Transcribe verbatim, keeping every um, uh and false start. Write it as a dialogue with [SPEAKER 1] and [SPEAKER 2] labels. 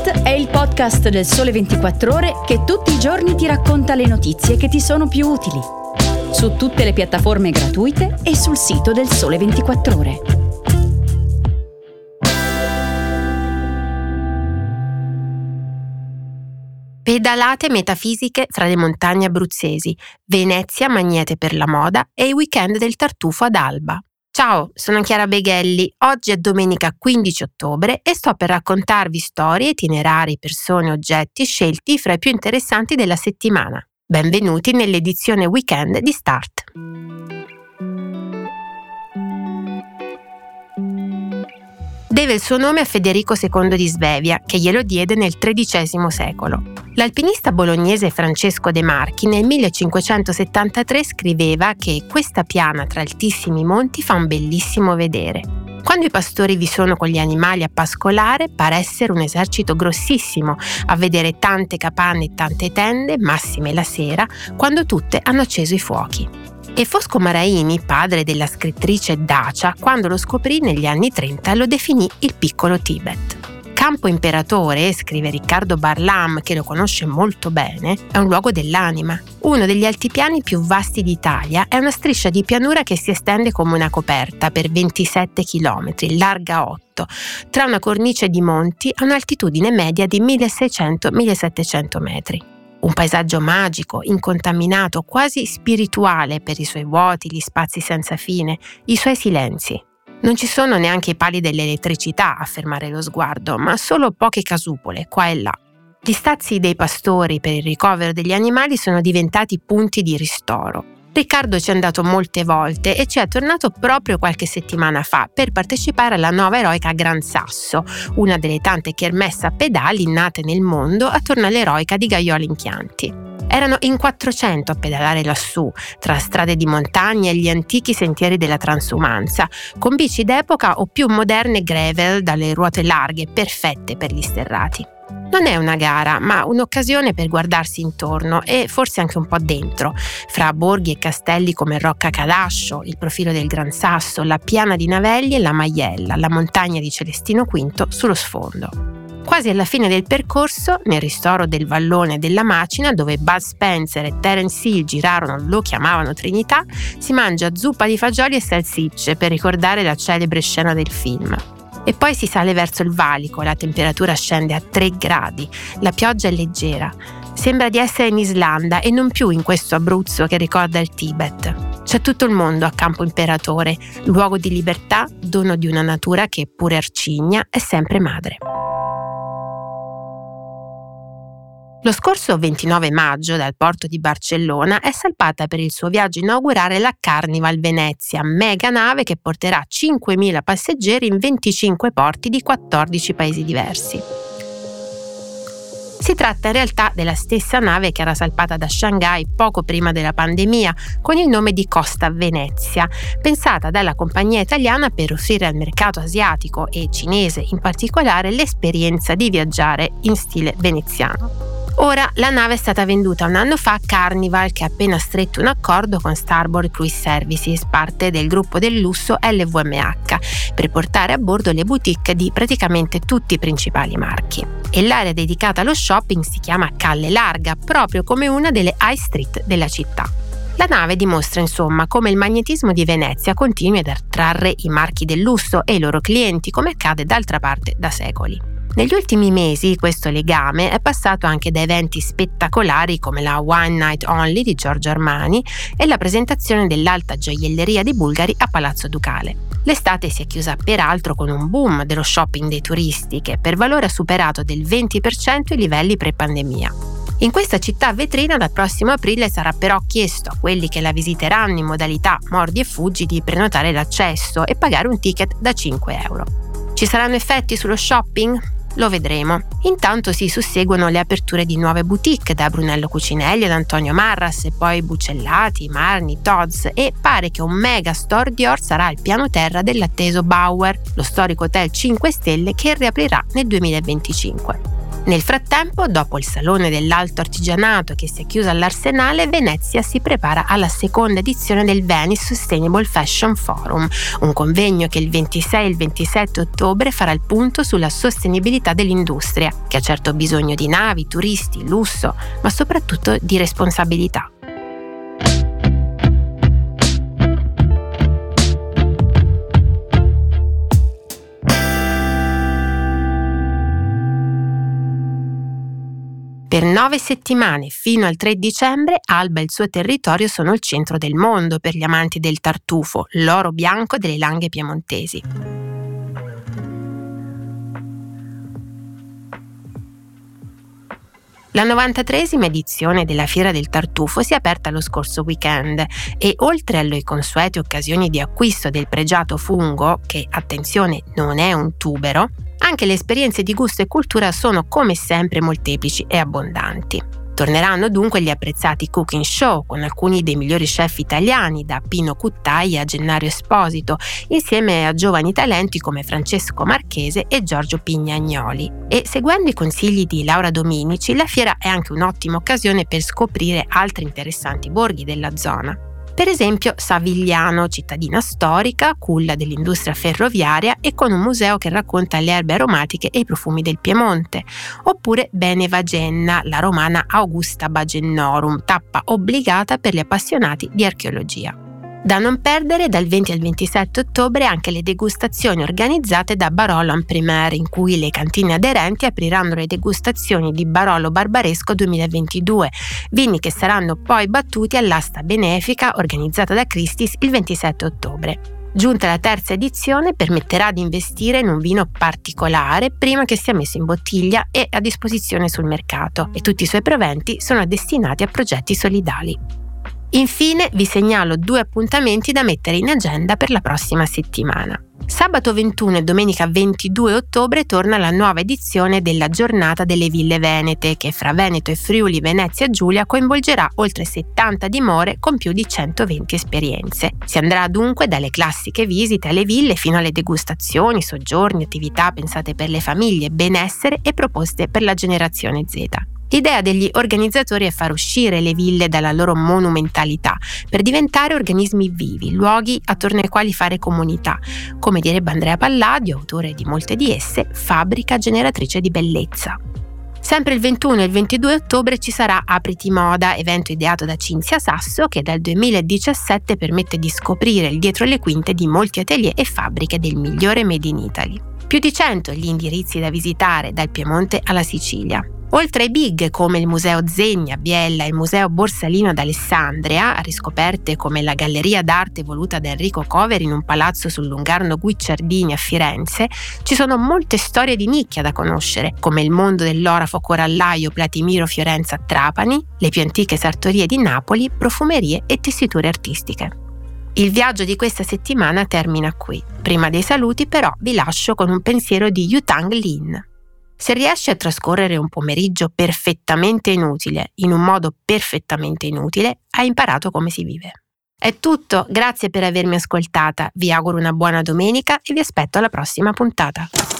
[SPEAKER 1] Start è il podcast del Sole ventiquattro Ore che tutti i giorni ti racconta le notizie che ti sono più utili. Su tutte le piattaforme gratuite e sul sito del Sole ventiquattro Ore.
[SPEAKER 2] Pedalate metafisiche fra le montagne abruzzesi, Venezia magnete per la moda e i weekend del tartufo ad Alba. Ciao, sono Chiara Beghelli. Oggi è domenica quindici ottobre e sto per raccontarvi storie, itinerari, persone, oggetti scelti fra i più interessanti della settimana. Benvenuti nell'edizione weekend di Start. Deve il suo nome a Federico secondo di Svevia, che glielo diede nel tredicesimo secolo. L'alpinista bolognese Francesco De Marchi nel millecinquecentosettantatré scriveva che questa piana tra altissimi monti fa un bellissimo vedere. Quando i pastori vi sono con gli animali a pascolare, pare essere un esercito grossissimo, a vedere tante capanne e tante tende, massime la sera, quando tutte hanno acceso i fuochi. E Fosco Maraini, padre della scrittrice Dacia, quando lo scoprì negli anni trenta lo definì il piccolo Tibet. Campo Imperatore, scrive Riccardo Barlam, che lo conosce molto bene, è un luogo dell'anima. Uno degli altipiani più vasti d'Italia è una striscia di pianura che si estende come una coperta per ventisette chilometri, larga otto, tra una cornice di monti a un'altitudine media di milleseicento millesettecento metri. Un paesaggio magico, incontaminato, quasi spirituale per i suoi vuoti, gli spazi senza fine, i suoi silenzi. Non ci sono neanche i pali dell'elettricità a fermare lo sguardo, ma solo poche casupole, qua e là. Gli stazi dei pastori per il ricovero degli animali sono diventati punti di ristoro. Riccardo ci è andato molte volte e ci è tornato proprio qualche settimana fa per partecipare alla nuova eroica Gran Sasso, una delle tante kermesse a pedali nate nel mondo attorno all'eroica di Gaiole in Chianti. Erano in quattrocento a pedalare lassù, tra strade di montagna e gli antichi sentieri della transumanza, con bici d'epoca o più moderne gravel dalle ruote larghe, perfette per gli sterrati. Non è una gara, ma un'occasione per guardarsi intorno e forse anche un po' dentro, fra borghi e castelli come Rocca Cadascio, il profilo del Gran Sasso, la Piana di Navelli e la Maiella, la montagna di Celestino V sullo sfondo. Quasi alla fine del percorso, nel ristoro del Vallone e della Macina, dove Bud Spencer e Terence Hill girarono Lo chiamavano Trinità, si mangia zuppa di fagioli e salsicce per ricordare la celebre scena del film. E poi si sale verso il valico, la temperatura scende a tre gradi, la pioggia è leggera. Sembra di essere in Islanda e non più in questo Abruzzo che ricorda il Tibet. C'è tutto il mondo a Campo Imperatore, luogo di libertà, dono di una natura che, pure arcigna, è sempre madre. Lo scorso ventinove maggio dal porto di Barcellona è salpata per il suo viaggio inaugurale la Carnival Venezia, mega nave che porterà cinquemila passeggeri in venticinque porti di quattordici paesi diversi. Si tratta in realtà della stessa nave che era salpata da Shanghai poco prima della pandemia, con il nome di Costa Venezia, pensata dalla compagnia italiana per offrire al mercato asiatico e cinese in particolare l'esperienza di viaggiare in stile veneziano. Ora la nave è stata venduta un anno fa a Carnival, che ha appena stretto un accordo con Starboard Cruise Services, parte del gruppo del lusso L V M H, per portare a bordo le boutique di praticamente tutti i principali marchi. E l'area dedicata allo shopping si chiama Calle Larga, proprio come una delle high street della città. La nave dimostra insomma come il magnetismo di Venezia continui ad attrarre i marchi del lusso e i loro clienti, come accade d'altra parte da secoli. Negli ultimi mesi questo legame è passato anche da eventi spettacolari come la One Night Only di Giorgio Armani e la presentazione dell'alta gioielleria di Bulgari a Palazzo Ducale. L'estate si è chiusa peraltro con un boom dello shopping dei turisti che per valore ha superato del venti per cento i livelli pre-pandemia. In questa città vetrina dal prossimo aprile sarà però chiesto a quelli che la visiteranno in modalità mordi e fuggi di prenotare l'accesso e pagare un ticket da cinque euro. Ci saranno effetti sullo shopping? Lo vedremo. Intanto si susseguono le aperture di nuove boutique, da Brunello Cucinelli ad Antonio Marras e poi Buccellati, Marni, Tod's, e pare che un mega store Dior sarà al piano terra dell'atteso Bauer, lo storico hotel cinque stelle che riaprirà nel duemilaventicinque. Nel frattempo, dopo il Salone dell'Alto Artigianato che si è chiuso all'Arsenale, Venezia si prepara alla seconda edizione del Venice Sustainable Fashion Forum, un convegno che il ventisei e il ventisette ottobre farà il punto sulla sostenibilità dell'industria, che ha certo bisogno di navi, turisti, lusso, ma soprattutto di responsabilità. Per nove settimane, fino al tre dicembre, Alba e il suo territorio sono il centro del mondo per gli amanti del tartufo, l'oro bianco delle Langhe piemontesi. La novantatreesima edizione della Fiera del Tartufo si è aperta lo scorso weekend e, oltre alle consuete occasioni di acquisto del pregiato fungo, che, attenzione, non è un tubero, anche le esperienze di gusto e cultura sono come sempre molteplici e abbondanti. Torneranno dunque gli apprezzati cooking show con alcuni dei migliori chef italiani, da Pino Cuttaia a Gennario Esposito, insieme a giovani talenti come Francesco Marchese e Giorgio Pignagnoli. E seguendo i consigli di Laura Dominici, la fiera è anche un'ottima occasione per scoprire altri interessanti borghi della zona. Per esempio Savigliano, cittadina storica, culla dell'industria ferroviaria e con un museo che racconta le erbe aromatiche e i profumi del Piemonte, oppure Benevagenna, la romana Augusta Bagennorum, tappa obbligata per gli appassionati di archeologia. Da non perdere dal venti al ventisette ottobre anche le degustazioni organizzate da Barolo en Primeur, in cui le cantine aderenti apriranno le degustazioni di Barolo Barbaresco duemilaventidue, vini che saranno poi battuti all'asta benefica organizzata da Christie's il ventisette ottobre. Giunta la terza edizione, permetterà di investire in un vino particolare prima che sia messo in bottiglia e a disposizione sul mercato, e tutti i suoi proventi sono destinati a progetti solidali. Infine vi segnalo due appuntamenti da mettere in agenda per la prossima settimana. Sabato ventuno e domenica ventidue ottobre torna la nuova edizione della Giornata delle Ville Venete, che fra Veneto e Friuli Venezia Giulia coinvolgerà oltre settanta dimore con più di centoventi esperienze. Si andrà dunque dalle classiche visite alle ville fino alle degustazioni, soggiorni, attività pensate per le famiglie, benessere e proposte per la generazione Z. L'idea degli organizzatori è far uscire le ville dalla loro monumentalità per diventare organismi vivi, luoghi attorno ai quali fare comunità, come direbbe Andrea Palladio, autore di molte di esse, fabbrica generatrice di bellezza. Sempre il ventuno e il ventidue ottobre ci sarà Apriti Moda, evento ideato da Cinzia Sasso che dal duemiladiciassette permette di scoprire il dietro le quinte di molti atelier e fabbriche del migliore Made in Italy. Più di cento gli indirizzi da visitare dal Piemonte alla Sicilia. Oltre ai big come il Museo Zegna a Biella e il Museo Borsalino ad Alessandria, riscoperte come la Galleria d'arte voluta da Enrico Coveri in un palazzo sul Lungarno Guicciardini a Firenze, ci sono molte storie di nicchia da conoscere, come il mondo dell'orafo corallaio Platimiro Fiorenza a Trapani, le più antiche sartorie di Napoli, profumerie e tessiture artistiche. Il viaggio di questa settimana termina qui. Prima dei saluti però vi lascio con un pensiero di Yutang Lin. Se riesci a trascorrere un pomeriggio perfettamente inutile, in un modo perfettamente inutile, hai imparato come si vive. È tutto, grazie per avermi ascoltata, vi auguro una buona domenica e vi aspetto alla prossima puntata.